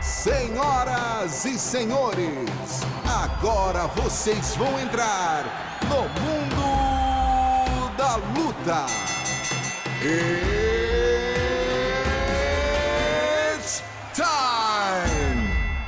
Senhoras e senhores, agora vocês vão entrar no mundo da luta. It's time!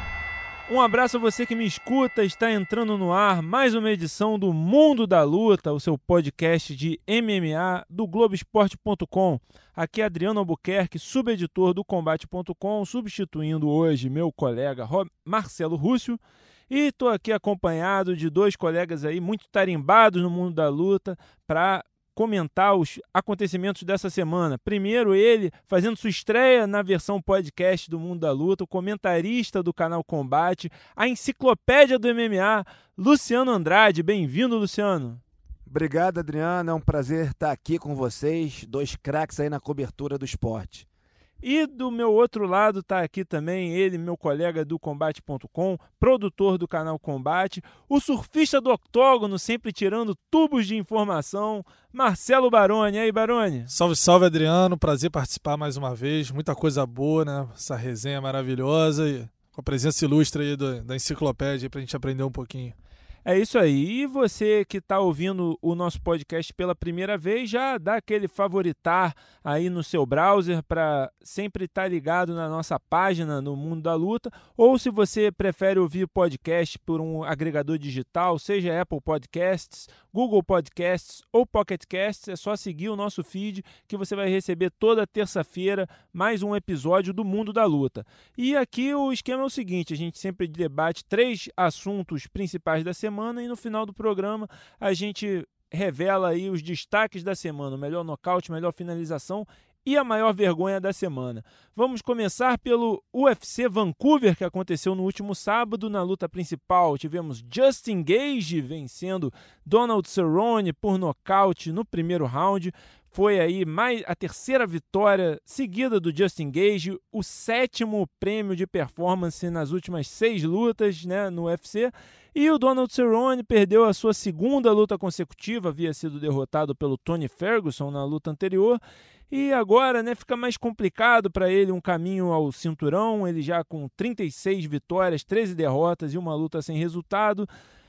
Um abraço a você que me escuta, está entrando no ar mais uma edição do Mundo da Luta, o seu podcast de MMA do Globoesporte.com. Aqui é Adriano Albuquerque, subeditor do Combate.com, substituindo hoje meu colega Marcelo Rússio. E estou aqui acompanhado de dois colegas aí muito tarimbados no mundo da luta para comentar os acontecimentos dessa semana. Primeiro ele, fazendo sua estreia na versão podcast do Mundo da Luta, o comentarista do canal Combate, a enciclopédia do MMA, Luciano Andrade. Bem-vindo, Luciano. Obrigado, Adriano. É um prazer estar aqui com vocês, dois craques aí na cobertura do esporte. E do meu outro lado está aqui também ele, meu colega do Combate.com, produtor do canal Combate, o surfista do octógono, sempre tirando tubos de informação, Marcelo Baroni. E aí, Baroni? Salve, salve, Adriano. Prazer participar mais uma vez. Muita coisa boa, né? Essa resenha maravilhosa e com a presença ilustre aí da enciclopédia para a gente aprender um pouquinho. É isso aí. E você que está ouvindo o nosso podcast pela primeira vez, já dá aquele favoritar aí no seu browser para sempre estar ligado na nossa página no Mundo da Luta. Ou se você prefere ouvir podcast por um agregador digital, seja Apple Podcasts, Google Podcasts ou Pocket Casts, é só seguir o nosso feed que você vai receber toda terça-feira mais um episódio do Mundo da Luta. E aqui o esquema é o seguinte, a gente sempre debate 3 assuntos principais da semana e no final do programa a gente revela aí os destaques da semana, o melhor nocaute, melhor finalização e a maior vergonha da semana. Vamos começar pelo UFC Vancouver, que aconteceu no último sábado. Na luta principal tivemos Justin Gaethje vencendo Donald Cerrone por nocaute no primeiro round. Foi aí a terceira vitória seguida do Justin Gaethje, o 7º prêmio de performance nas últimas 6 lutas, né, no UFC. E o Donald Cerrone perdeu a sua segunda luta consecutiva, havia sido derrotado pelo Tony Ferguson na luta anterior. E agora, né, fica mais complicado para ele um caminho ao cinturão, ele já com 36 vitórias, 13 derrotas e uma luta sem resultado.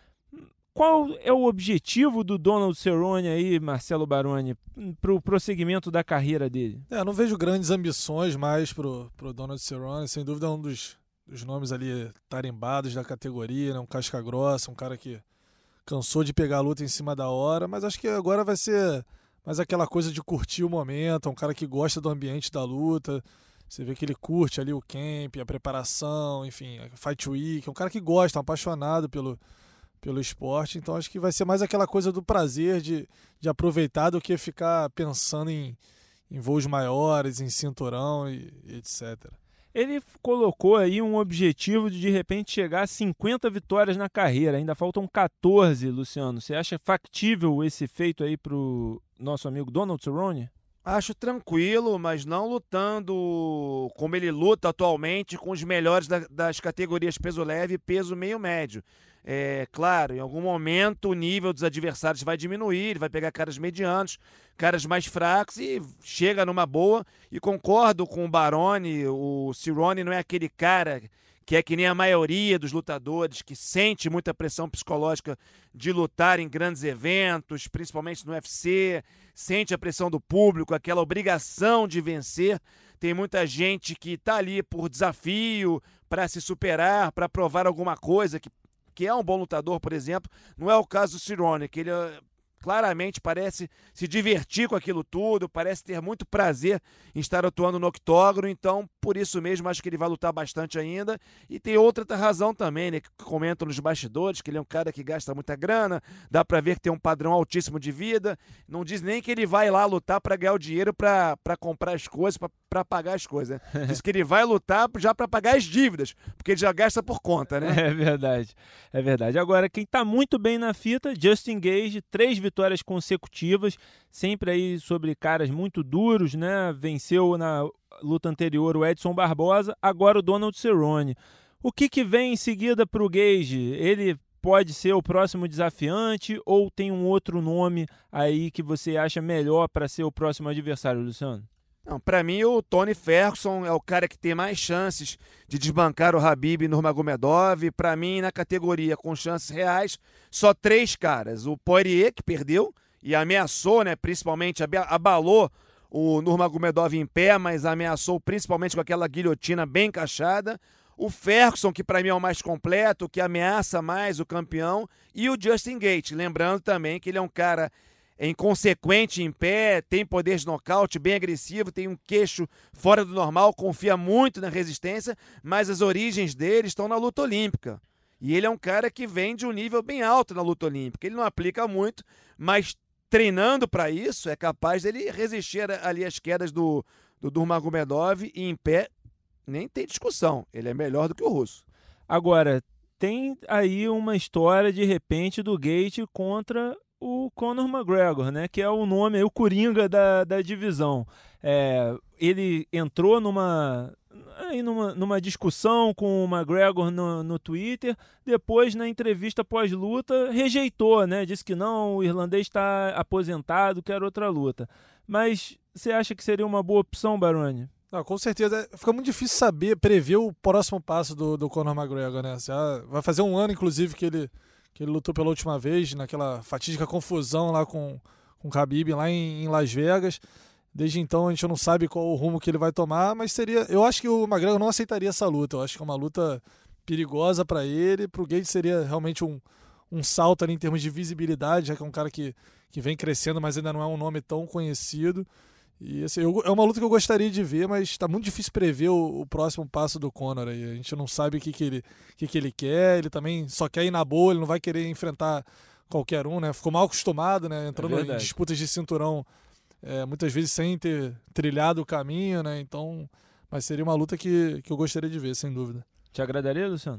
Qual é o objetivo do Donald Cerrone aí, Marcelo Baroni, para o prosseguimento da carreira dele? Não vejo grandes ambições mais pro Donald Cerrone, sem dúvida é um dos nomes ali tarimbados da categoria, né? Um casca grossa, um cara que cansou de pegar a luta em cima da hora, mas acho que agora vai ser mais aquela coisa de curtir o momento, um cara que gosta do ambiente da luta, você vê que ele curte ali o camp, a preparação, enfim, a Fight Week, é um cara que gosta, um apaixonado pelo esporte, então acho que vai ser mais aquela coisa do prazer de aproveitar do que ficar pensando em voos maiores, em cinturão e etc. Ele colocou aí um objetivo de repente chegar a 50 vitórias na carreira, ainda faltam 14, Luciano. Você acha factível esse feito aí para o nosso amigo Donald Cerrone? Acho tranquilo, mas não lutando como ele luta atualmente com os melhores das categorias peso leve e peso meio médio. É claro, em algum momento o nível dos adversários vai diminuir, ele vai pegar caras medianos, caras mais fracos e chega numa boa. E concordo com o Baroni, o Cerrone não é aquele cara que é que nem a maioria dos lutadores, que sente muita pressão psicológica de lutar em grandes eventos, principalmente no UFC, sente a pressão do público, aquela obrigação de vencer. Tem muita gente que está ali por desafio, para se superar, para provar alguma coisa, que é um bom lutador, por exemplo. Não é o caso do Cerrone, que ele claramente parece se divertir com aquilo tudo, parece ter muito prazer em estar atuando no octógono, então por isso mesmo acho que ele vai lutar bastante ainda. E tem outra razão também, né, que comentam nos bastidores, que ele é um cara que gasta muita grana, dá pra ver que tem um padrão altíssimo de vida, não diz nem que ele vai lá lutar pra ganhar o dinheiro pra comprar as coisas, pra pagar as coisas, né? Diz que ele vai lutar já pra pagar as dívidas, porque ele já gasta por conta, né? É verdade, é verdade. Agora, quem tá muito bem na fita, Justin Gaethje, 3 vitórias consecutivas, sempre aí sobre caras muito duros, né? Venceu na luta anterior o Edson Barbosa, agora o Donald Cerrone. O que vem em seguida para o Gaethje? Ele pode ser o próximo desafiante ou tem um outro nome aí que você acha melhor para ser o próximo adversário, Luciano? Não, para mim, o Tony Ferguson é o cara que tem mais chances de desbancar o Khabib Nurmagomedov. Para mim, na categoria com chances reais, só 3 caras. O Poirier, que perdeu e ameaçou, né, principalmente abalou o Nurmagomedov em pé, mas ameaçou principalmente com aquela guilhotina bem encaixada. O Ferguson, que para mim é o mais completo, que ameaça mais o campeão. E o Justin Gaethje, lembrando também que ele é um cara inconsequente em pé, tem poder de nocaute, bem agressivo, tem um queixo fora do normal, confia muito na resistência, mas as origens dele estão na luta olímpica. E ele é um cara que vem de um nível bem alto na luta olímpica. Ele não aplica muito, mas treinando para isso, é capaz dele resistir ali às quedas do Nurmagomedov, e em pé nem tem discussão, ele é melhor do que o russo. Agora, tem aí uma história, de repente, do Gaethje contra o Conor McGregor, né? Que é o nome, o coringa da divisão. Ele entrou numa discussão com o McGregor no Twitter, depois na entrevista pós-luta rejeitou, né? Disse que não, o irlandês está aposentado, quer outra luta. Mas você acha que seria uma boa opção, Baroni? Não, com certeza. Fica muito difícil prever o próximo passo do Conor McGregor, né? Vai fazer um ano, inclusive, que ele lutou pela última vez, naquela fatídica confusão lá com o Khabib, lá em Las Vegas. Desde então a gente não sabe qual o rumo que ele vai tomar, mas eu acho que o McGregor não aceitaria essa luta. Eu acho que é uma luta perigosa para ele. Para o Gaethje seria realmente um salto ali em termos de visibilidade, já que é um cara que vem crescendo, mas ainda não é um nome tão conhecido. E assim, é uma luta que eu gostaria de ver, mas está muito difícil prever o próximo passo do Conor aí. A gente não sabe o que ele quer, ele também só quer ir na boa, ele não vai querer enfrentar qualquer um, né? Ficou mal acostumado, né? Entrando em disputas de cinturão, muitas vezes sem ter trilhado o caminho, né? Então, mas seria uma luta que eu gostaria de ver, sem dúvida. Te agradaria, Luciano?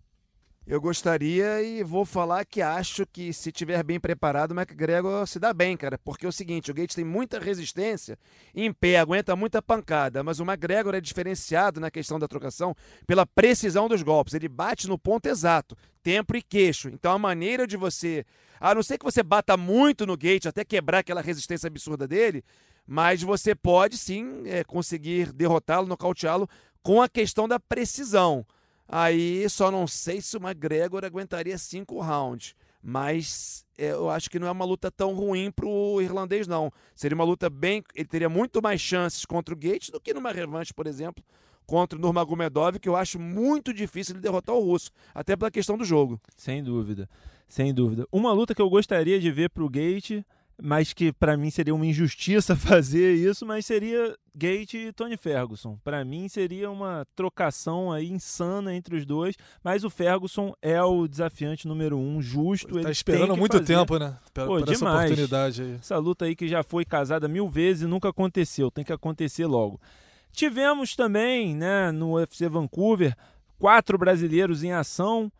Eu gostaria, e vou falar que acho que, se tiver bem preparado, o McGregor se dá bem, cara. Porque é o seguinte, o Gaethje tem muita resistência em pé, aguenta muita pancada, mas o McGregor é diferenciado na questão da trocação pela precisão dos golpes. Ele bate no ponto exato, tempo e queixo. Então a maneira de você, a não ser que você bata muito no Gaethje até quebrar aquela resistência absurda dele, mas você pode sim conseguir derrotá-lo, nocauteá-lo com a questão da precisão. Aí só não sei se o McGregor aguentaria 5 rounds. Mas eu acho que não é uma luta tão ruim pro irlandês, não. Seria uma luta ele teria muito mais chances contra o Gaethje do que numa revanche, por exemplo, contra o Nurmagomedov, que eu acho muito difícil de derrotar o russo, até pela questão do jogo. Sem dúvida, sem dúvida. Uma luta que eu gostaria de ver pro Gaethje, mas que para mim seria uma injustiça fazer isso, mas seria Gaethje e Tony Ferguson. Para mim seria uma trocação aí insana entre os dois, mas o Ferguson é o desafiante número 1, justo. Ele tá esperando há muito tempo, né? Por essa oportunidade aí. Essa luta aí que já foi casada 1000 vezes e nunca aconteceu, tem que acontecer logo. Tivemos também, né, no UFC Vancouver, 4 brasileiros em ação,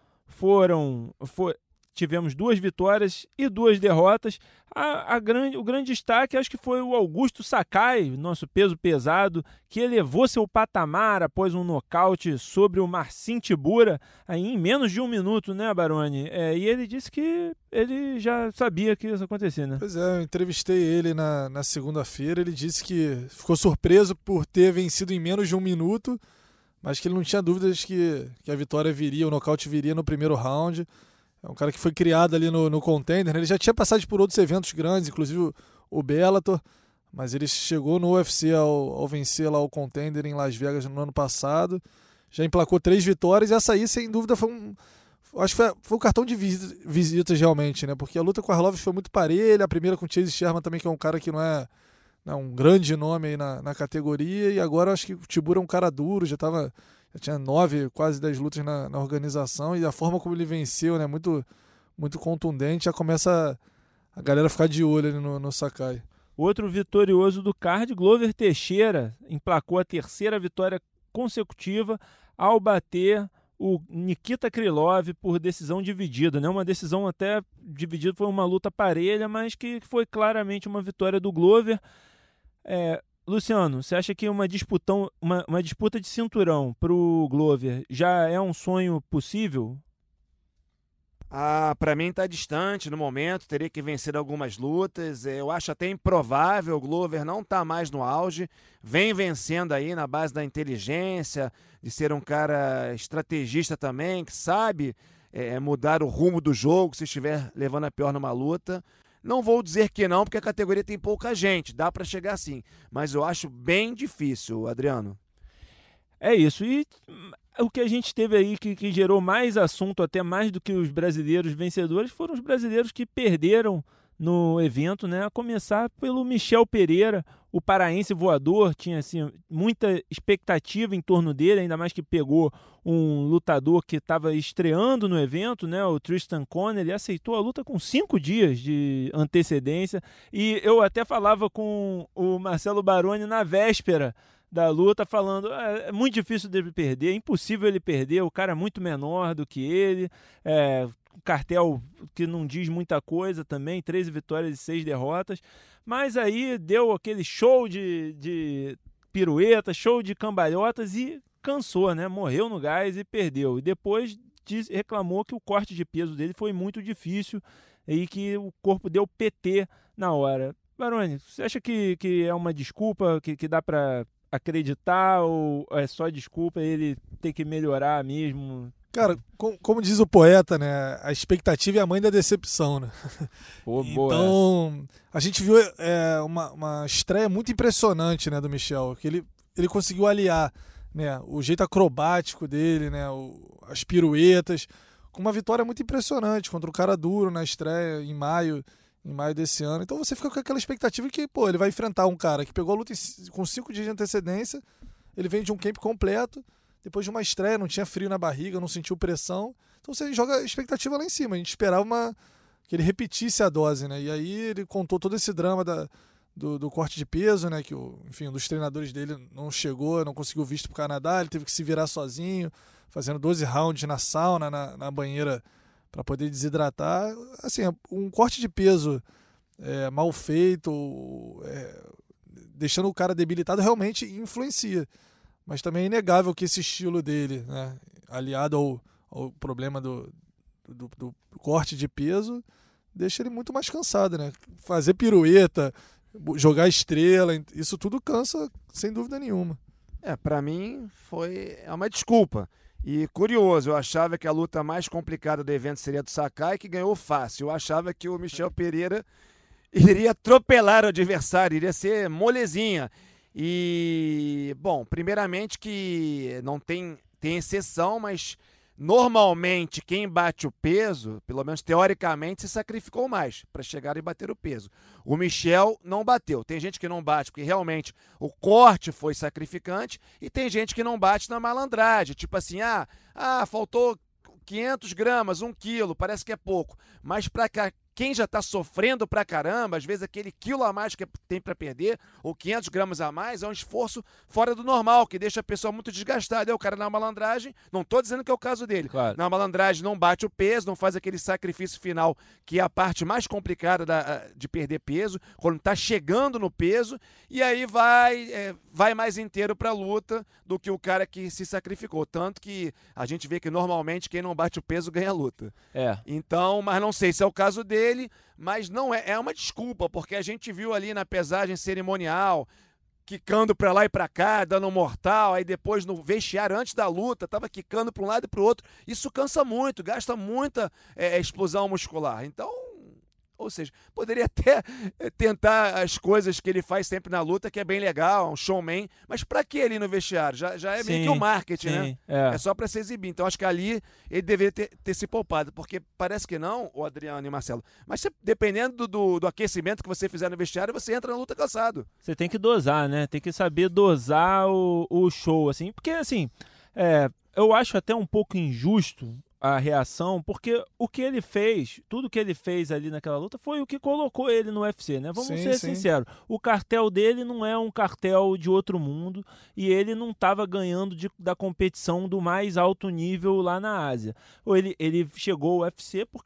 tivemos 2 vitórias e 2 derrotas. O grande destaque acho que foi o Augusto Sakai, nosso peso pesado, que elevou seu patamar após um nocaute sobre o Marcin Tybura aí em menos de 1 minuto, né, Baroni? E ele disse que ele já sabia que isso ia acontecer, né? Pois é, eu entrevistei ele na segunda-feira, ele disse que ficou surpreso por ter vencido em menos de 1 minuto, mas que ele não tinha dúvidas que a vitória viria, o nocaute viria no primeiro round. É um cara que foi criado ali no Contender, né? Ele já tinha passado por outros eventos grandes, inclusive o Bellator, mas ele chegou no UFC ao vencer lá o Contender em Las Vegas no ano passado, já emplacou 3 vitórias, e essa aí, sem dúvida, acho que foi um cartão de visitas realmente, né? Porque a luta com o Arlovski foi muito parelha, a primeira com o Chase Sherman também, que é um cara que não é um grande nome aí na categoria, e agora acho que o Tybura é um cara duro, já tinha 9, quase 10 lutas na organização, e a forma como ele venceu, né, muito, muito contundente, já começa a galera ficar de olho ali no Sakai. Outro vitorioso do card, Glover Teixeira, emplacou a 3ª vitória consecutiva ao bater o Nikita Krylov por decisão dividida, né? Uma decisão até dividida, foi uma luta parelha, mas que foi claramente uma vitória do Glover. Luciano, você acha que uma disputa de cinturão para o Glover já é um sonho possível? Para mim está distante no momento, teria que vencer algumas lutas. Eu acho até improvável, o Glover não está mais no auge, vem vencendo aí na base da inteligência, de ser um cara estrategista também, que sabe mudar o rumo do jogo se estiver levando a pior numa luta. Não vou dizer que não, porque a categoria tem pouca gente, dá para chegar assim, mas eu acho bem difícil, Adriano. É isso, e o que a gente teve aí que gerou mais assunto, até mais do que os brasileiros vencedores, foram os brasileiros que perderam no evento, né? A começar pelo Michel Pereira, o paraense voador, tinha assim, muita expectativa em torno dele, ainda mais que pegou um lutador que estava estreando no evento, né? O Tristan Conner, ele aceitou a luta com 5 dias de antecedência, e eu até falava com o Marcelo Baroni na véspera da luta, falando, é muito difícil dele perder, é impossível ele perder, o cara é muito menor do que ele, cartel que não diz muita coisa também, 13 vitórias e 6 derrotas, mas aí deu aquele show de piruetas, show de cambalhotas e cansou, né? Morreu no gás e perdeu, e depois reclamou que o corte de peso dele foi muito difícil e que o corpo deu PT na hora. Baroni, você acha que é uma desculpa, que dá para acreditar, ou é só desculpa, ele tem que melhorar mesmo? Cara, como diz o poeta, né? A expectativa é a mãe da decepção, né? Pô, boa. Então, a gente viu uma estreia muito impressionante, né, do Michel, que ele conseguiu aliar, né, o jeito acrobático dele, né, as piruetas, com uma vitória muito impressionante contra o cara duro na estreia em maio desse ano. Então você fica com aquela expectativa que, pô, ele vai enfrentar um cara que pegou a luta com 5 dias de antecedência, ele vem de um camp completo, depois de uma estreia, não tinha frio na barriga, não sentiu pressão, então você joga a expectativa lá em cima. A gente esperava que ele repetisse a dose, né? E aí ele contou todo esse drama do corte de peso, né? Que enfim, um dos treinadores dele não chegou, não conseguiu visto pro Canadá, ele teve que se virar sozinho, fazendo 12 rounds na sauna, na banheira, para poder desidratar. Assim, um corte de peso mal feito, deixando o cara debilitado, realmente influencia. Mas também é inegável que esse estilo dele, né, aliado ao problema do corte de peso, deixa ele muito mais cansado, né? Fazer pirueta, jogar estrela, isso tudo cansa, sem dúvida nenhuma. Para mim é uma desculpa. E curioso, eu achava que a luta mais complicada do evento seria do Sakai, que ganhou fácil. Eu achava que o Michel Pereira iria atropelar o adversário, iria ser molezinha. E, bom, primeiramente que não tem exceção, mas normalmente quem bate o peso, pelo menos teoricamente, se sacrificou mais para chegar e bater o peso. O Michel não bateu. Tem gente que não bate porque realmente o corte foi sacrificante, e tem gente que não bate na malandragem, tipo assim, faltou 500 gramas, 1 quilo, parece que é pouco, mas para quem já está sofrendo pra caramba, às vezes aquele quilo a mais que tem para perder, ou 500 gramas a mais, é um esforço fora do normal, que deixa a pessoa muito desgastada. É o cara na malandragem, não estou dizendo que é o caso dele, claro. Na malandragem não bate o peso, não faz aquele sacrifício final, que é a parte mais complicada de perder peso, quando está chegando no peso, e aí vai mais inteiro para a luta do que o cara que se sacrificou. Tanto que a gente vê que normalmente quem não bate o peso ganha a luta. Então, mas não sei se é o caso dele, mas não é uma desculpa, porque a gente viu ali na pesagem cerimonial, quicando para lá e para cá, dando um mortal, aí depois no vestiário, antes da luta, tava quicando para um lado e para o outro. Isso cansa muito, gasta muita explosão muscular. Então, ou seja, poderia até tentar as coisas que ele faz sempre na luta, que é bem legal, um showman, mas pra que ali no vestiário? Já é meio que um marketing, né? É só pra se exibir. Então acho que ali ele deveria ter se poupado, porque parece que não, o Adriano e Marcelo, mas dependendo do aquecimento que você fizer no vestiário, você entra na luta cansado. Você tem que dosar, né? Tem que saber dosar o show, assim, porque assim, eu acho até um pouco injusto a reação, porque o que ele fez, tudo que ele fez ali naquela luta foi o que colocou ele no UFC, né? Vamos ser sinceros. O cartel dele não é um cartel de outro mundo, e ele não estava ganhando da competição do mais alto nível lá na Ásia. Ele chegou ao UFC porque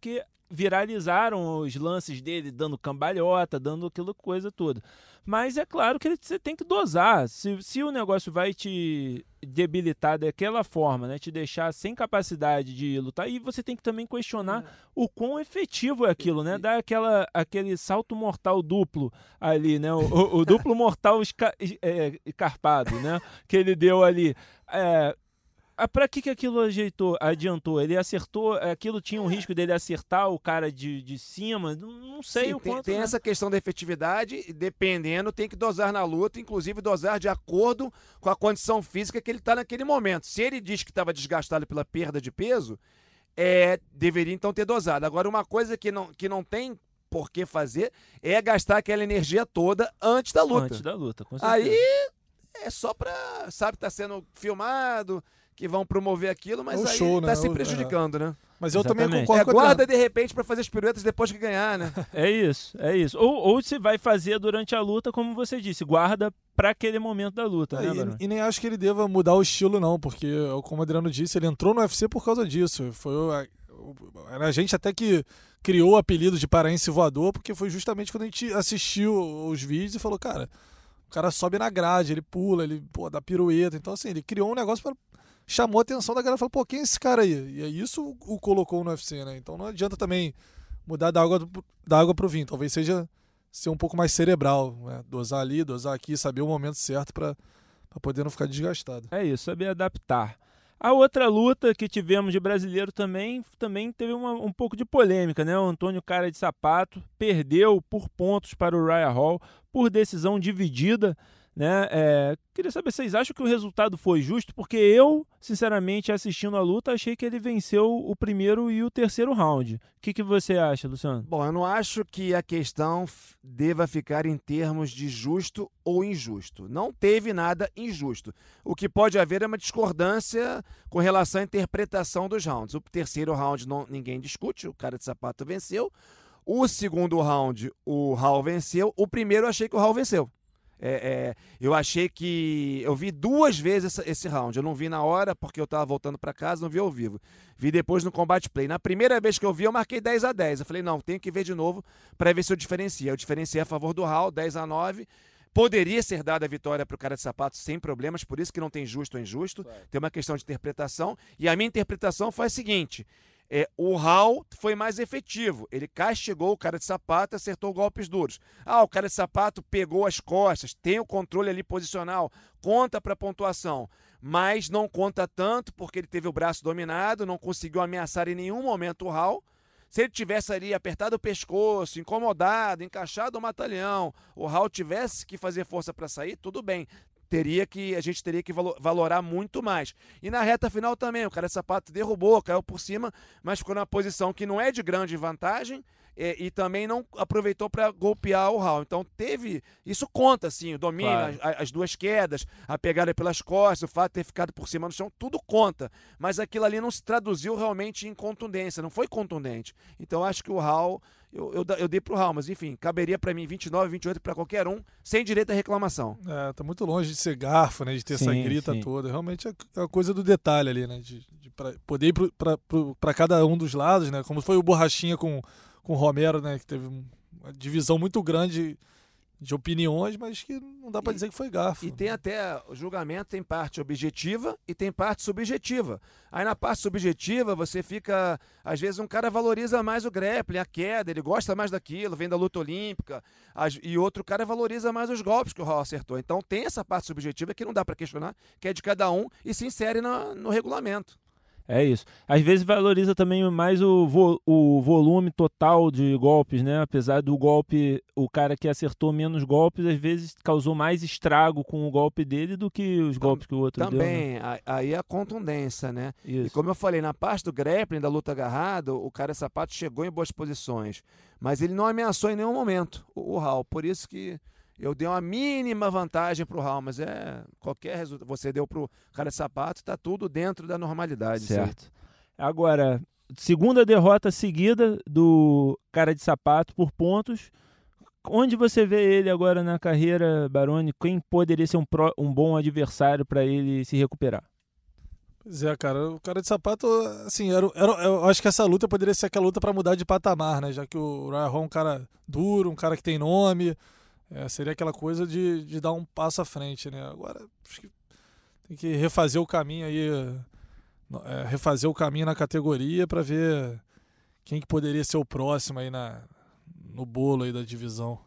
viralizaram os lances dele dando cambalhota, dando aquela coisa toda. Mas é claro que você tem que dosar. Se o negócio vai te debilitar daquela forma, né, te deixar sem capacidade de lutar, e você tem que também questionar o quão efetivo é aquilo, né? Dar aquele salto mortal duplo ali, né? O duplo mortal escarpado, né? Que ele deu ali. Para que aquilo adiantou? Ele acertou, aquilo tinha um risco dele acertar o cara de cima? Não sei. Sim, o quanto. Tem essa questão da efetividade, e dependendo, tem que dosar na luta, inclusive dosar de acordo com a condição física que ele está naquele momento. Se ele diz que estava desgastado pela perda de peso, deveria então ter dosado. Agora, uma coisa que não tem por que fazer é gastar aquela energia toda antes da luta. Antes da luta, com certeza. Aí é só para, sabe, tá sendo filmado, que vão promover aquilo, mas aí show, tá, né? Se prejudicando, né? Mas eu também concordo com guarda de repente para fazer as piruetas depois que ganhar, né? É isso. Ou se vai fazer durante a luta, como você disse, guarda para aquele momento da luta, né, Barão? E nem acho que ele deva mudar o estilo, não, porque, como o Adriano disse, ele entrou no UFC por causa disso. Era a gente até que criou o apelido de paraense voador, porque foi justamente quando a gente assistiu os vídeos e falou, cara, o cara sobe na grade, ele pula, ele dá pirueta. Então, assim, ele criou um negócio chamou a atenção da galera, falou, pô, quem é esse cara aí? E aí isso o colocou no UFC, né? Então não adianta também mudar da água pro vinho. Talvez seja ser um pouco mais cerebral, né? Dosar ali, dosar aqui, saber o momento certo para poder não ficar desgastado. É isso, saber adaptar. A outra luta que tivemos de brasileiro também teve um pouco de polêmica, né? O Antônio Cara de Sapato perdeu por pontos para o Uriah Hall por decisão dividida, né? Queria saber se vocês acham que o resultado foi justo, porque eu, sinceramente, assistindo a luta, achei que ele venceu o primeiro e o terceiro round. O que você acha, Luciano? Bom, eu não acho que a questão deva ficar em termos de justo ou injusto. Não teve nada injusto. O que pode haver é uma discordância com relação à interpretação dos rounds. O terceiro round ninguém discute, o Cara de Sapato venceu. O segundo round, o Hall venceu. O primeiro, eu achei que o Hall venceu. Eu achei que... Eu vi 2 vezes esse round. Eu não vi na hora porque eu estava voltando para casa, não vi ao vivo. Vi depois no Combat Play. Na primeira vez que eu vi, eu marquei 10-10. Eu falei, não, tenho que ver de novo para ver se eu diferenciei. Eu diferenciei a favor do Hall, 10-9. Poderia ser dada a vitória para o Cara de Sapato sem problemas, por isso que não tem justo ou injusto. Claro. Tem uma questão de interpretação. E a minha interpretação foi a seguinte... o Hall foi mais efetivo. Ele castigou o Cara de Sapato e acertou golpes duros. O Cara de Sapato pegou as costas, tem o controle ali posicional, conta para pontuação, mas não conta tanto porque ele teve o braço dominado, não conseguiu ameaçar em nenhum momento o Hall. Se ele tivesse ali apertado o pescoço, incomodado, encaixado o matalhão, o Hall tivesse que fazer força para sair, tudo bem. A gente teria que valorar muito mais. E na reta final também, o Cara de Sapato derrubou, caiu por cima, mas ficou numa posição que não é de grande vantagem e também não aproveitou para golpear o Hall. Então isso conta, sim, o domínio, claro. As 2 quedas, a pegada pelas costas, o fato de ter ficado por cima no chão, tudo conta. Mas aquilo ali não se traduziu realmente em contundência, não foi contundente. Então acho que o Hall... Eu dei pro Hall, mas enfim, caberia para mim 29, 28 para qualquer um, sem direito à reclamação. Tá muito longe de ser garfo, né? De ter essa grita toda. Realmente é uma coisa do detalhe ali, né? De poder ir para cada um dos lados, né? Como foi o Borrachinha com o Romero, né? Que teve uma divisão muito grande de opiniões, mas que não dá para dizer que foi garfo. E tem até o julgamento, tem parte objetiva e tem parte subjetiva. Aí na parte subjetiva você fica, às vezes um cara valoriza mais o grappling, a queda, ele gosta mais daquilo, vem da luta olímpica, e outro cara valoriza mais os golpes que o Hall acertou. Então tem essa parte subjetiva que não dá para questionar, que é de cada um e se insere no regulamento. É isso. Às vezes valoriza também mais o volume total de golpes, né? Apesar do golpe, o cara que acertou menos golpes, às vezes causou mais estrago com o golpe dele do que os golpes que o outro deu. Também, né? Aí a contundência, né? Isso. E como eu falei, na parte do grappling, da luta agarrada, o Cara de Sapato chegou em boas posições, mas ele não ameaçou em nenhum momento o Hall. Por isso que eu dei uma mínima vantagem para o Hall, mas qualquer resultado você deu para o Cara de Sapato, está tudo dentro da normalidade. Certo. Agora, segunda derrota seguida do Cara de Sapato por pontos. Onde você vê ele agora na carreira, Baroni? Quem poderia ser um bom adversário para ele se recuperar? Pois é, cara, o cara de sapato, assim, eu acho que essa luta poderia ser aquela luta pra mudar de patamar, né? Já que o Ryan Hall é um cara duro, um cara que tem nome, seria aquela coisa de dar um passo à frente, né? Agora, acho que tem que refazer o caminho aí, refazer o caminho na categoria pra ver quem que poderia ser o próximo aí no bolo aí da divisão.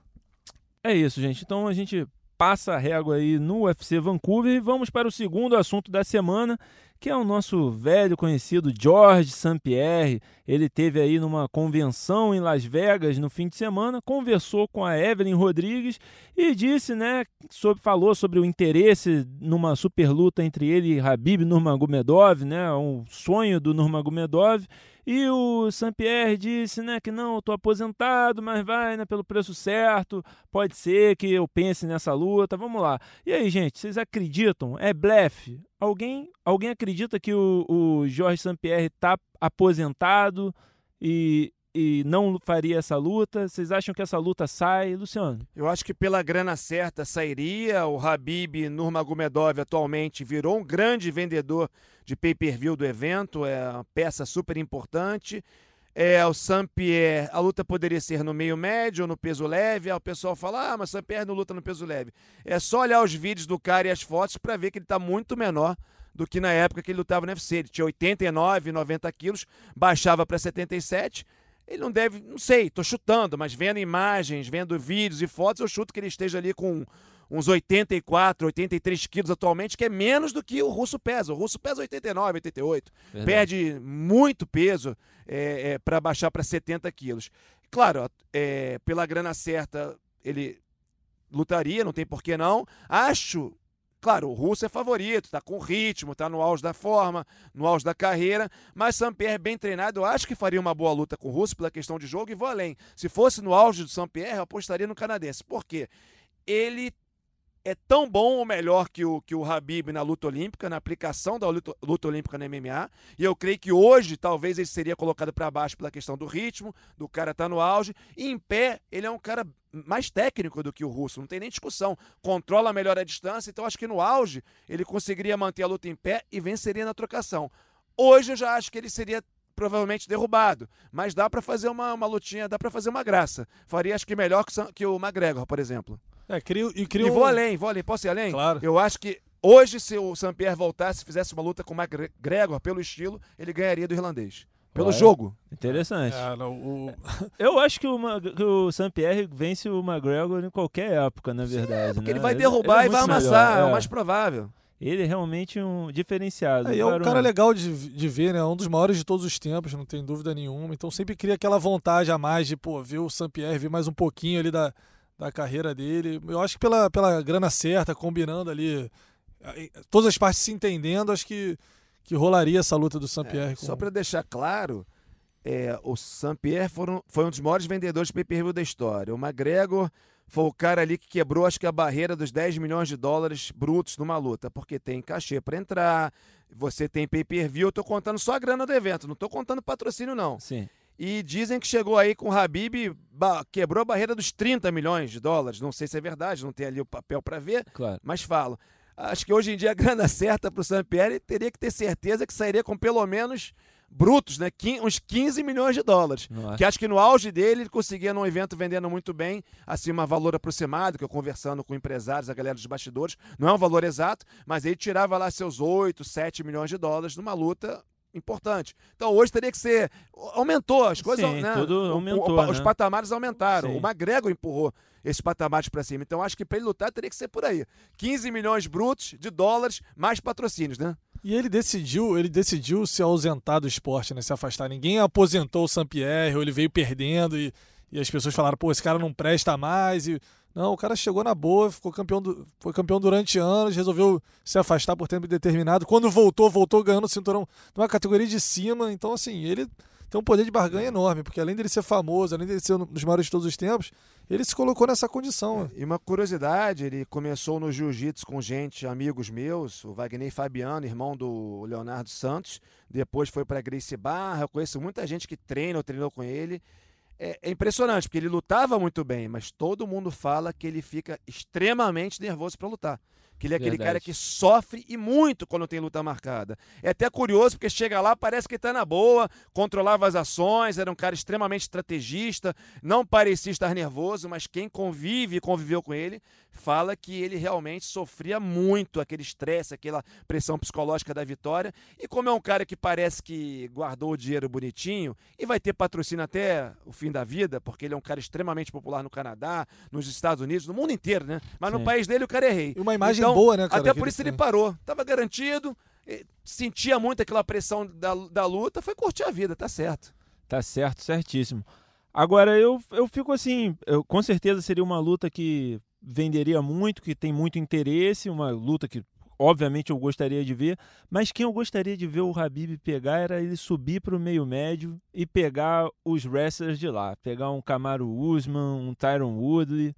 É isso, gente. Então a gente passa a régua aí no UFC Vancouver e vamos para o segundo assunto da semana, que é o nosso velho conhecido Georges St-Pierre. Ele teve aí numa convenção em Las Vegas no fim de semana, conversou com a Evelyn Rodrigues e disse, né, falou sobre o interesse numa super luta entre ele e Khabib Nurmagomedov, né, um sonho do Nurmagomedov. E o St-Pierre disse, né, que não, eu tô aposentado, mas vai, né, pelo preço certo, pode ser que eu pense nessa luta, vamos lá. E aí, gente, vocês acreditam? É blefe? Alguém acredita que o Georges St-Pierre tá aposentado e não faria essa luta? Vocês acham que essa luta sai? Luciano? Eu acho que pela grana certa sairia. O Khabib Nurmagomedov atualmente virou um grande vendedor de pay-per-view do evento, é uma peça super importante. O St-Pierre, a luta poderia ser no meio médio ou no peso leve. Aí o pessoal fala, mas St-Pierre não luta no peso leve. É só olhar os vídeos do cara e as fotos para ver que ele está muito menor do que na época que ele lutava no UFC. Ele tinha 89, 90 quilos, baixava para 77. Ele não deve, não sei, tô chutando, mas vendo imagens, vendo vídeos e fotos, eu chuto que ele esteja ali com uns 84, 83 quilos atualmente, que é menos do que o russo pesa. O russo pesa 89, 88. Verdade. Perde muito peso para baixar para 70 quilos. Claro, pela grana certa, ele lutaria, não tem por que não. Acho... Claro, o russo é favorito, está com ritmo, está no auge da forma, no auge da carreira, mas St-Pierre bem treinado, eu acho que faria uma boa luta com o russo pela questão de jogo e vou além. Se fosse no auge do St-Pierre, eu apostaria no canadense. Por quê? Ele é tão bom ou melhor que o Khabib na luta olímpica, na aplicação da luta olímpica na MMA, e eu creio que hoje talvez ele seria colocado para baixo pela questão do ritmo, do cara estar no auge, e em pé ele é um cara mais técnico do que o russo, não tem nem discussão, controla melhor a distância, então acho que no auge ele conseguiria manter a luta em pé e venceria na trocação. Hoje eu já acho que ele seria provavelmente derrubado, mas dá para fazer uma lutinha, dá para fazer uma graça. Faria acho que melhor que o McGregor, por exemplo. E vou além, posso ir além? Claro. Eu acho que hoje, se o St-Pierre voltasse, fizesse uma luta com o McGregor pelo estilo, ele ganharia do irlandês. Pelo jogo. Interessante. Eu acho que o St-Pierre vence o McGregor em qualquer época, na verdade. Porque né? ele vai derrubar e vai amassar, melhor, é o mais provável. Ele é realmente um diferenciado. É um cara legal de ver, né? É um dos maiores de todos os tempos, não tem dúvida nenhuma. Então sempre cria aquela vontade a mais de, ver o St-Pierre, ver mais um pouquinho ali da carreira dele. Eu acho que pela grana certa, combinando ali, todas as partes se entendendo, acho que rolaria essa luta do St-Pierre. Só para deixar claro, o St-Pierre foi um dos maiores vendedores de pay-per-view da história. O McGregor foi o cara ali que quebrou, acho que a barreira dos 10 milhões de dólares brutos numa luta, porque tem cachê para entrar, você tem pay-per-view, eu tô contando só a grana do evento, não tô contando patrocínio não. Sim. E dizem que chegou aí com o Khabib, quebrou a barreira dos 30 milhões de dólares, não sei se é verdade, não tem ali o papel para ver, claro. Mas falo. Acho que hoje em dia a grana certa para o St-Pierre teria que ter certeza que sairia com pelo menos brutos, né? Uns 15 milhões de dólares. Nossa. Que acho que no auge dele ele conseguia num evento vendendo muito bem, assim, um valor aproximado, que eu conversando com empresários, a galera dos bastidores, não é um valor exato, mas ele tirava lá seus 8, 7 milhões de dólares numa luta importante. Então hoje teria que ser... Aumentou as coisas, sim, né? Tudo aumentou, os patamares aumentaram. Sim. O McGregor empurrou esses patamares para cima. Então acho que para ele lutar teria que ser por aí. 15 milhões brutos de dólares mais patrocínios, né? E ele decidiu se ausentar do esporte, né? Se afastar. Ninguém aposentou o St-Pierre, ou ele veio perdendo e as pessoas falaram, esse cara não presta mais. Não, o cara chegou na boa, foi campeão durante anos, resolveu se afastar por tempo determinado. Quando voltou ganhando o cinturão numa categoria de cima. Então, assim, ele tem um poder de barganha enorme, porque além dele ser famoso, além dele ser um dos maiores de todos os tempos, ele se colocou nessa condição. E uma curiosidade, ele começou no jiu-jitsu com amigos meus, o Wagner Fabiano, irmão do Leonardo Santos, depois foi para Gracie Barra, eu conheço muita gente que treinou com ele. É impressionante, porque ele lutava muito bem, mas todo mundo fala que ele fica extremamente nervoso para lutar. que ele é aquele Verdade. cara que sofre e muito quando tem luta marcada. É até curioso, porque chega lá, parece que está na boa, controlava as ações, era um cara extremamente estrategista, não parecia estar nervoso, mas quem convive e conviveu com ele, fala que ele realmente sofria muito aquele estresse, aquela pressão psicológica da vitória, e como é um cara que parece que guardou o dinheiro bonitinho, e vai ter patrocínio até o fim da vida, porque ele é um cara extremamente popular no Canadá, nos Estados Unidos, no mundo inteiro, né? Mas no Sim. país dele o cara é rei. E uma imagem Então, boa, né, cara? até que por isso ele tem. parou. Tava garantido, sentia muito aquela pressão da luta, foi curtir a vida, tá certo. Tá certo, certíssimo. Agora, eu fico assim, com certeza seria uma luta que venderia muito, que tem muito interesse, uma luta que obviamente eu gostaria de ver, mas quem eu gostaria de ver o Khabib pegar era ele subir para o meio médio e pegar os wrestlers de lá, pegar um Kamaru Usman, um Tyron Woodley.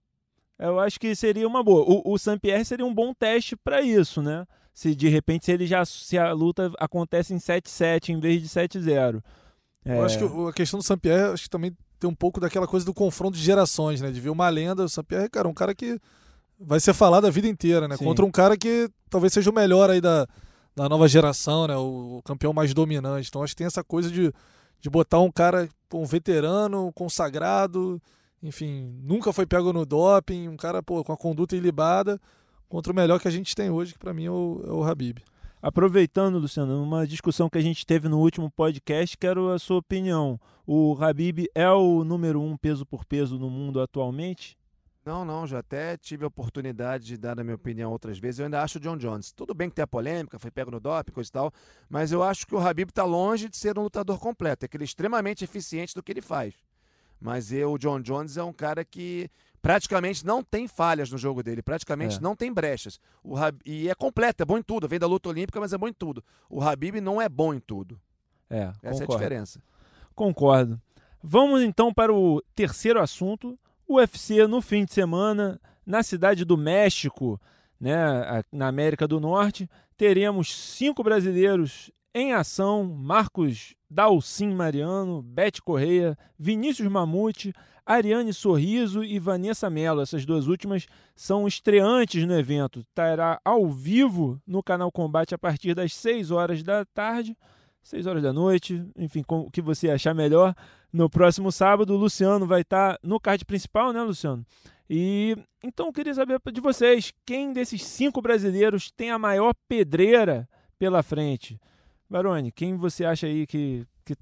Eu acho que seria uma boa. O Saint-Pierre seria um bom teste para isso, né? Se de repente se a luta acontece em 7-7 em vez de 7-0. Eu acho que a questão do Saint-Pierre, acho que também tem um pouco daquela coisa do confronto de gerações, né? De ver uma lenda, o Saint-Pierre, cara, um cara que vai ser falado a vida inteira, né? Sim. Contra um cara que talvez seja o melhor aí da nova geração, né? O campeão mais dominante. Então acho que tem essa coisa de botar um cara, um veterano, consagrado, enfim, nunca foi pego no doping, um cara, pô, com a conduta ilibada, contra o melhor que a gente tem hoje, que pra mim é o Khabib. Aproveitando, Luciano, uma discussão que a gente teve no último podcast, quero a sua opinião. O Khabib é o número 1 peso por peso no mundo atualmente? Não, já até tive a oportunidade de dar a minha opinião outras vezes. Eu ainda acho o John Jones. Tudo bem que tem a polêmica, foi pego no doping, coisa e tal, mas eu acho que o Khabib está longe de ser um lutador completo. É que ele é extremamente eficiente do que ele faz. Mas o John Jones é um cara que praticamente não tem falhas no jogo dele, praticamente não tem brechas. E é completo, é bom em tudo. Vem da luta olímpica, mas é bom em tudo. O Khabib não é bom em tudo. Essa concordo. é a diferença. Concordo. Vamos então para o terceiro assunto. O UFC no fim de semana, na cidade do México, né, na América do Norte, teremos 5 brasileiros em ação: Marcos Dalcin Mariano, Beth Correia, Vinícius Mamute, Ariane Sorriso e Vanessa Mello. Essas duas últimas são estreantes no evento. Estará ao vivo no canal Combate a partir das 6 horas da tarde, 6 horas da noite, enfim, o que você achar melhor. No próximo sábado, o Luciano vai estar no card principal, né, Luciano? E então eu queria saber de vocês, quem desses 5 brasileiros tem a maior pedreira pela frente? Baroni, quem você acha aí que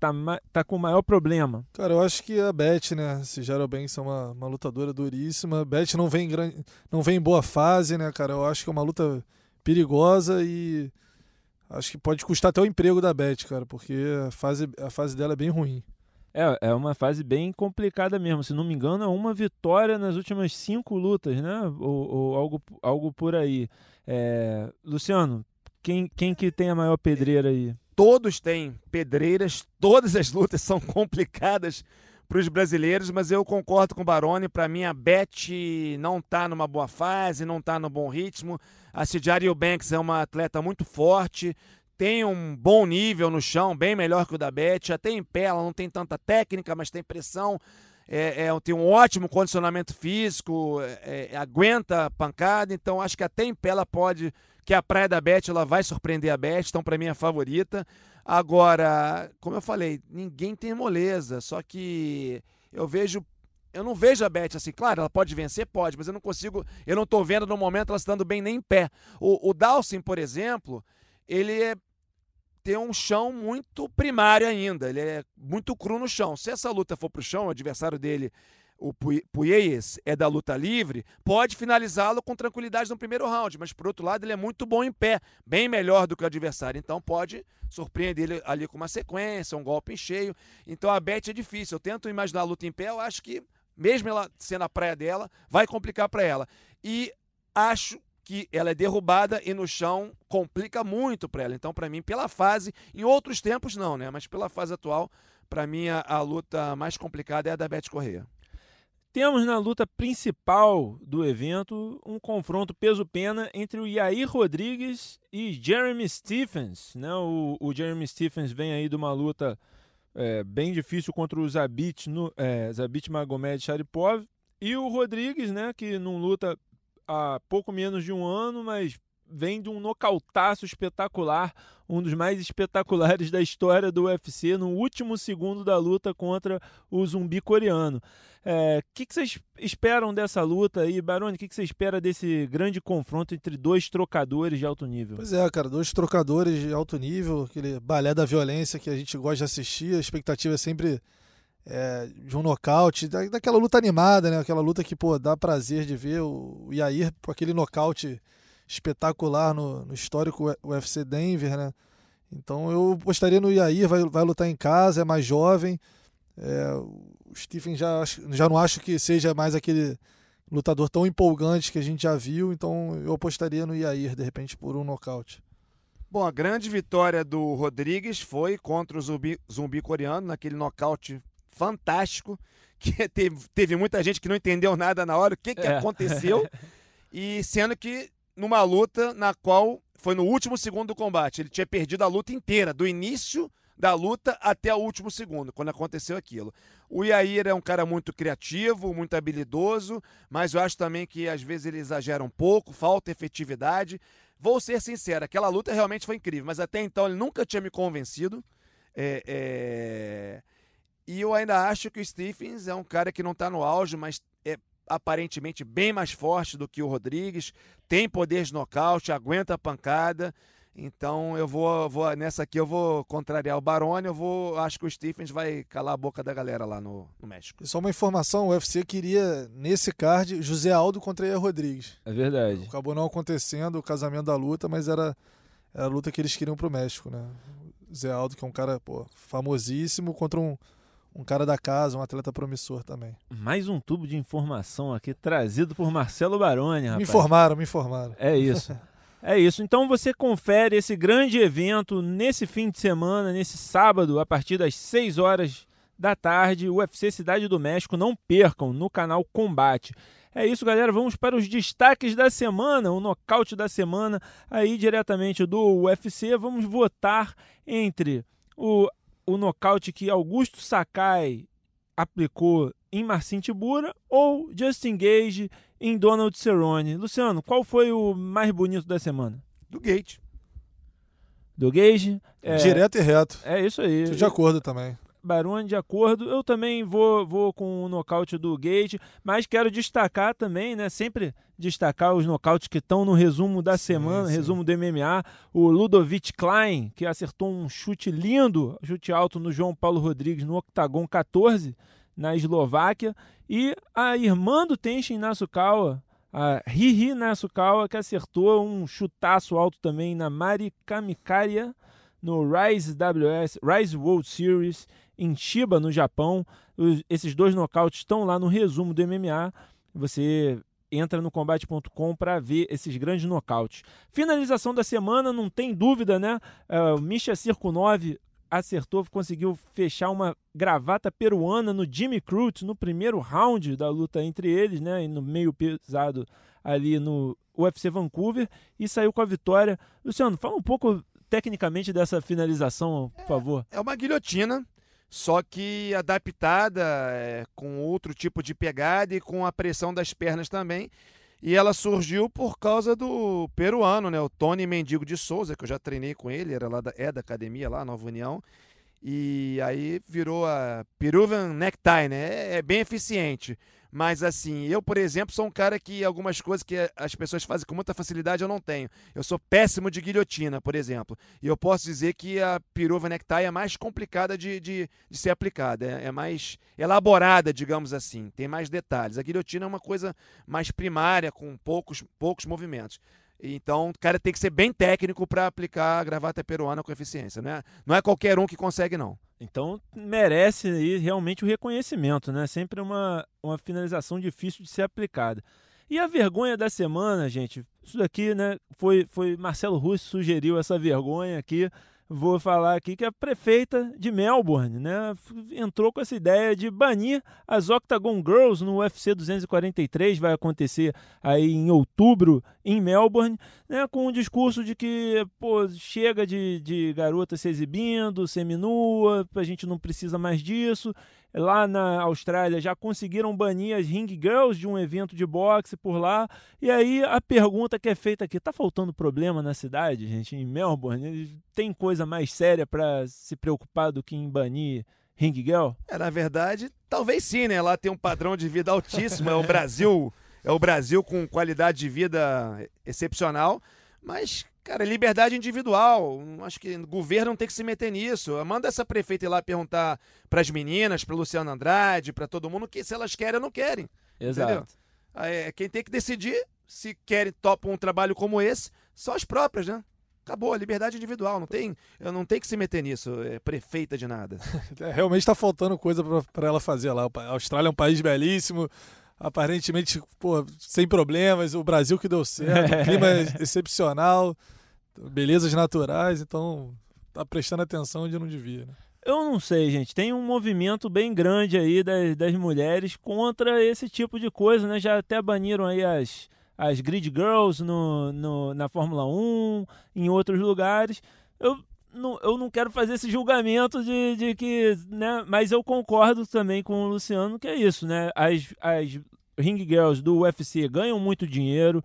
tá com o maior problema? Cara, eu acho que a Beth, né? Se Gerald Banks é uma lutadora duríssima. A Beth não vem em boa fase, né, cara? Eu acho que é uma luta perigosa e acho que pode custar até o emprego da Beth, cara, porque a fase dela é bem ruim. É uma fase bem complicada mesmo. Se não me engano, é uma vitória nas últimas 5 lutas, né? Ou algo por aí. Luciano, quem que tem a maior pedreira aí? Todos têm pedreiras, todas as lutas são complicadas para os brasileiros, mas eu concordo com o Baroni. Para mim, a Beth não está numa boa fase, não está no bom ritmo. A Cijaria Banks é uma atleta muito forte, tem um bom nível no chão, bem melhor que o da Beth. Até em pé, ela não tem tanta técnica, mas tem pressão. Tem um ótimo condicionamento físico, aguenta a pancada, então acho que até em pé ela pode, que a praia da Beth, ela vai surpreender a Beth, então para mim é a favorita. Agora, como eu falei, ninguém tem moleza, só que eu não vejo a Beth assim, claro, ela pode vencer, pode, mas eu não estou vendo no momento ela se dando bem nem em pé. O Dalcin, por exemplo, ele tem um chão muito primário ainda, ele é muito cru no chão. Se essa luta for pro chão, o adversário dele, o Puelles, é da luta livre, pode finalizá-lo com tranquilidade no primeiro round, mas por outro lado ele é muito bom em pé, bem melhor do que o adversário, então pode surpreender ele ali com uma sequência, um golpe em cheio. Então a Beth é difícil, eu tento imaginar a luta em pé, eu acho que mesmo ela sendo a praia dela, vai complicar para ela. E acho que ela é derrubada e no chão complica muito para ela. Então, para mim, pela fase, em outros tempos não, né? Mas pela fase atual, para mim, a luta mais complicada é a da Beth Correia. Temos na luta principal do evento um confronto peso-pena entre o Yair Rodrigues e Jeremy Stephens, né? O Jeremy Stephens vem aí de uma luta bem difícil contra o Zabit Magomed Sharipov, e o Rodrigues, né, que não luta há pouco menos de um ano, mas vem de um nocautaço espetacular, um dos mais espetaculares da história do UFC, no último segundo da luta contra o zumbi coreano. O que vocês esperam dessa luta aí, Baroni? O que você espera desse grande confronto entre dois trocadores de alto nível? Pois é, cara, dois trocadores de alto nível, aquele balé da violência que a gente gosta de assistir, a expectativa é sempre de um nocaute, daquela luta animada, né? Aquela luta que, dá prazer de ver o Yair com aquele nocaute espetacular no histórico UFC Denver, né? Então eu apostaria no Yair, vai lutar em casa, é mais jovem. O Stephen já não acho que seja mais aquele lutador tão empolgante que a gente já viu, então eu apostaria no Yair, de repente, por um nocaute. Bom, a grande vitória do Rodrigues foi contra o zumbi coreano, naquele nocaute fantástico, que teve muita gente que não entendeu nada na hora, o que aconteceu, e sendo que numa luta na qual foi no último segundo do combate. Ele tinha perdido a luta inteira, do início da luta até o último segundo, quando aconteceu aquilo. O Yair é um cara muito criativo, muito habilidoso, mas eu acho também que às vezes ele exagera um pouco, falta efetividade. Vou ser sincero, aquela luta realmente foi incrível, mas até então ele nunca tinha me convencido. E eu ainda acho que o Stephens é um cara que não está no auge, mas é aparentemente bem mais forte do que o Rodrigues, tem poder de nocaute, aguenta a pancada. Então eu vou nessa aqui eu vou contrariar o Baroni, acho que o Stephens vai calar a boca da galera lá no México. E só uma informação, o UFC queria, nesse card, José Aldo contra Yair Rodrigues. É verdade. Acabou não acontecendo o casamento da luta, mas era a luta que eles queriam pro México, né? Zé Aldo, que é um cara famosíssimo, contra um cara da casa, um atleta promissor também. Mais um tubo de informação aqui trazido por Marcelo Baroni, rapaz. Me informaram. É isso. É isso. Então você confere esse grande evento nesse fim de semana, nesse sábado, a partir das 6 horas da tarde, UFC Cidade do México. Não percam no canal Combate. É isso, galera. Vamos para os destaques da semana, o nocaute da semana, aí diretamente do UFC. Vamos votar entre o nocaute que Augusto Sakai aplicou em Marcin Tybura ou Justin Gage em Donald Cerrone. Luciano, qual foi o mais bonito da semana? Do Gage. Do Gage? Direto e reto. É isso aí. Tô de acordo também. Baroni, de acordo. Eu também vou com o nocaute do Gage, mas quero destacar também, né? Sempre destacar os nocautes que estão no resumo da semana, resumo do MMA. O Ludovic Klein, que acertou um chute lindo, chute alto no João Paulo Rodrigues no octagon 14, na Eslováquia. E a irmã do Tenshin Nasukawa, a Hihi Nasukawa, que acertou um chutaço alto também na Mari Kamikaria, no Rise World Series, em Chiba, no Japão. Esses dois nocautes estão lá no resumo do MMA. Você entra no combate.com para ver esses grandes nocautes. Finalização da semana, não tem dúvida, né? O Misha Cirkunov acertou, conseguiu fechar uma gravata peruana no Jimmy Crute no primeiro round da luta entre eles, né? E no meio pesado ali no UFC Vancouver, e saiu com a vitória. Luciano, fala um pouco tecnicamente dessa finalização, por favor. É uma guilhotina, só que adaptada, com outro tipo de pegada e com a pressão das pernas também. E ela surgiu por causa do peruano, né? O Tony Mendigo de Souza, que eu já treinei com ele, da academia lá, Nova União. E aí virou a Peruvian Necktie, né? É bem eficiente. Mas assim, eu, por exemplo, sou um cara que algumas coisas que as pessoas fazem com muita facilidade eu não tenho. Eu sou péssimo de guilhotina, por exemplo. E eu posso dizer que a Peruvian Necktie é mais complicada de ser aplicada. É mais elaborada, digamos assim. Tem mais detalhes. A guilhotina é uma coisa mais primária, com poucos movimentos. Então, o cara tem que ser bem técnico para aplicar a gravata peruana com eficiência. Não é qualquer um que consegue, não. Então, merece aí realmente o reconhecimento, né? Sempre uma finalização difícil de ser aplicada. E a vergonha da semana, gente, isso daqui, né? Foi Marcelo Russo sugeriu essa vergonha aqui. Vou falar aqui que a prefeita de Melbourne, né, entrou com essa ideia de banir as Octagon Girls no UFC 243, vai acontecer aí em outubro em Melbourne, né, com um discurso de que chega de garota se exibindo, seminua, a gente não precisa mais disso. lá na Austrália já conseguiram banir as Ring Girls de um evento de boxe por lá. E aí a pergunta que é feita aqui, tá faltando problema na cidade, gente, em Melbourne? Tem coisa mais séria para se preocupar do que em banir Ring Girl? Na verdade, talvez sim, né? Lá tem um padrão de vida altíssimo, é o Brasil com qualidade de vida excepcional, mas, cara, liberdade individual, acho que o governo não tem que se meter nisso. Manda essa prefeita ir lá perguntar para as meninas, para Luciano Andrade, para todo mundo, que se elas querem ou não querem. Exato. Quem tem que decidir se querem, topam um trabalho como esse, são as próprias, né? Acabou, a liberdade individual, eu não tenho que se meter nisso, prefeita de nada. Realmente está faltando coisa para ela fazer lá. A Austrália é um país belíssimo, aparentemente, sem problemas, o Brasil que deu certo, o clima é excepcional, belezas naturais, então tá prestando atenção onde não devia, né? Eu não sei, gente, tem um movimento bem grande aí das mulheres contra esse tipo de coisa, né? Já até baniram aí as Grid Girls na Fórmula 1, em outros lugares. Eu não quero fazer esse julgamento de que, né? Mas eu concordo também com o Luciano que é isso, né? As Ring Girls do UFC ganham muito dinheiro,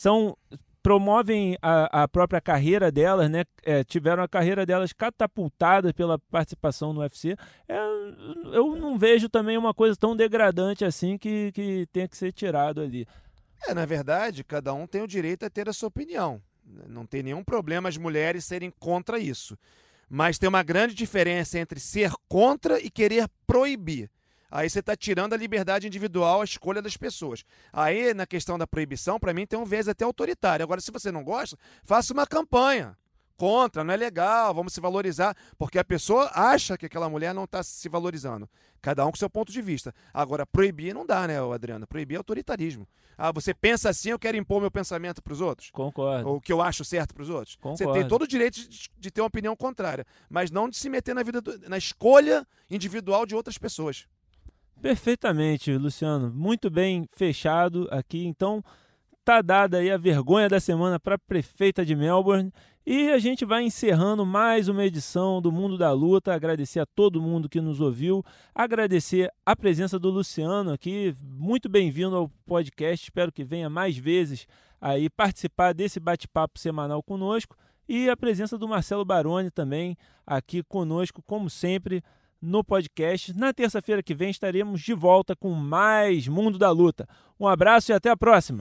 promovem a própria carreira delas, né? Tiveram a carreira delas catapultada pela participação no UFC. Eu não vejo também uma coisa tão degradante assim que tenha que ser tirado ali. Na verdade, cada um tem o direito a ter a sua opinião. Não tem nenhum problema as mulheres serem contra isso. Mas tem uma grande diferença entre ser contra e querer proibir. Aí você está tirando a liberdade individual, a escolha das pessoas. Aí, na questão da proibição, para mim tem um viés até autoritário. Agora, se você não gosta, faça uma campanha. Contra, não é legal, vamos se valorizar, porque a pessoa acha que aquela mulher não está se valorizando. Cada um com seu ponto de vista. Agora, proibir não dá, né, Adriano? Proibir é autoritarismo. Você pensa assim, eu quero impor meu pensamento para os outros? Concordo. Ou o que eu acho certo para os outros? Concordo. Você tem todo o direito de ter uma opinião contrária, mas não de se meter na escolha individual de outras pessoas. Perfeitamente, Luciano. Muito bem fechado aqui. Então, tá dada aí a vergonha da semana para a prefeita de Melbourne. E a gente vai encerrando mais uma edição do Mundo da Luta. Agradecer a todo mundo que nos ouviu. Agradecer a presença do Luciano aqui. Muito bem-vindo ao podcast. Espero que venha mais vezes aí participar desse bate-papo semanal conosco. E a presença do Marcelo Baroni também aqui conosco, como sempre, no podcast. Na terça-feira que vem estaremos de volta com mais Mundo da Luta. Um abraço e até a próxima.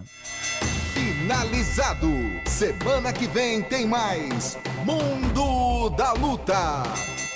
Finalizado. Semana que vem tem mais Mundo da Luta.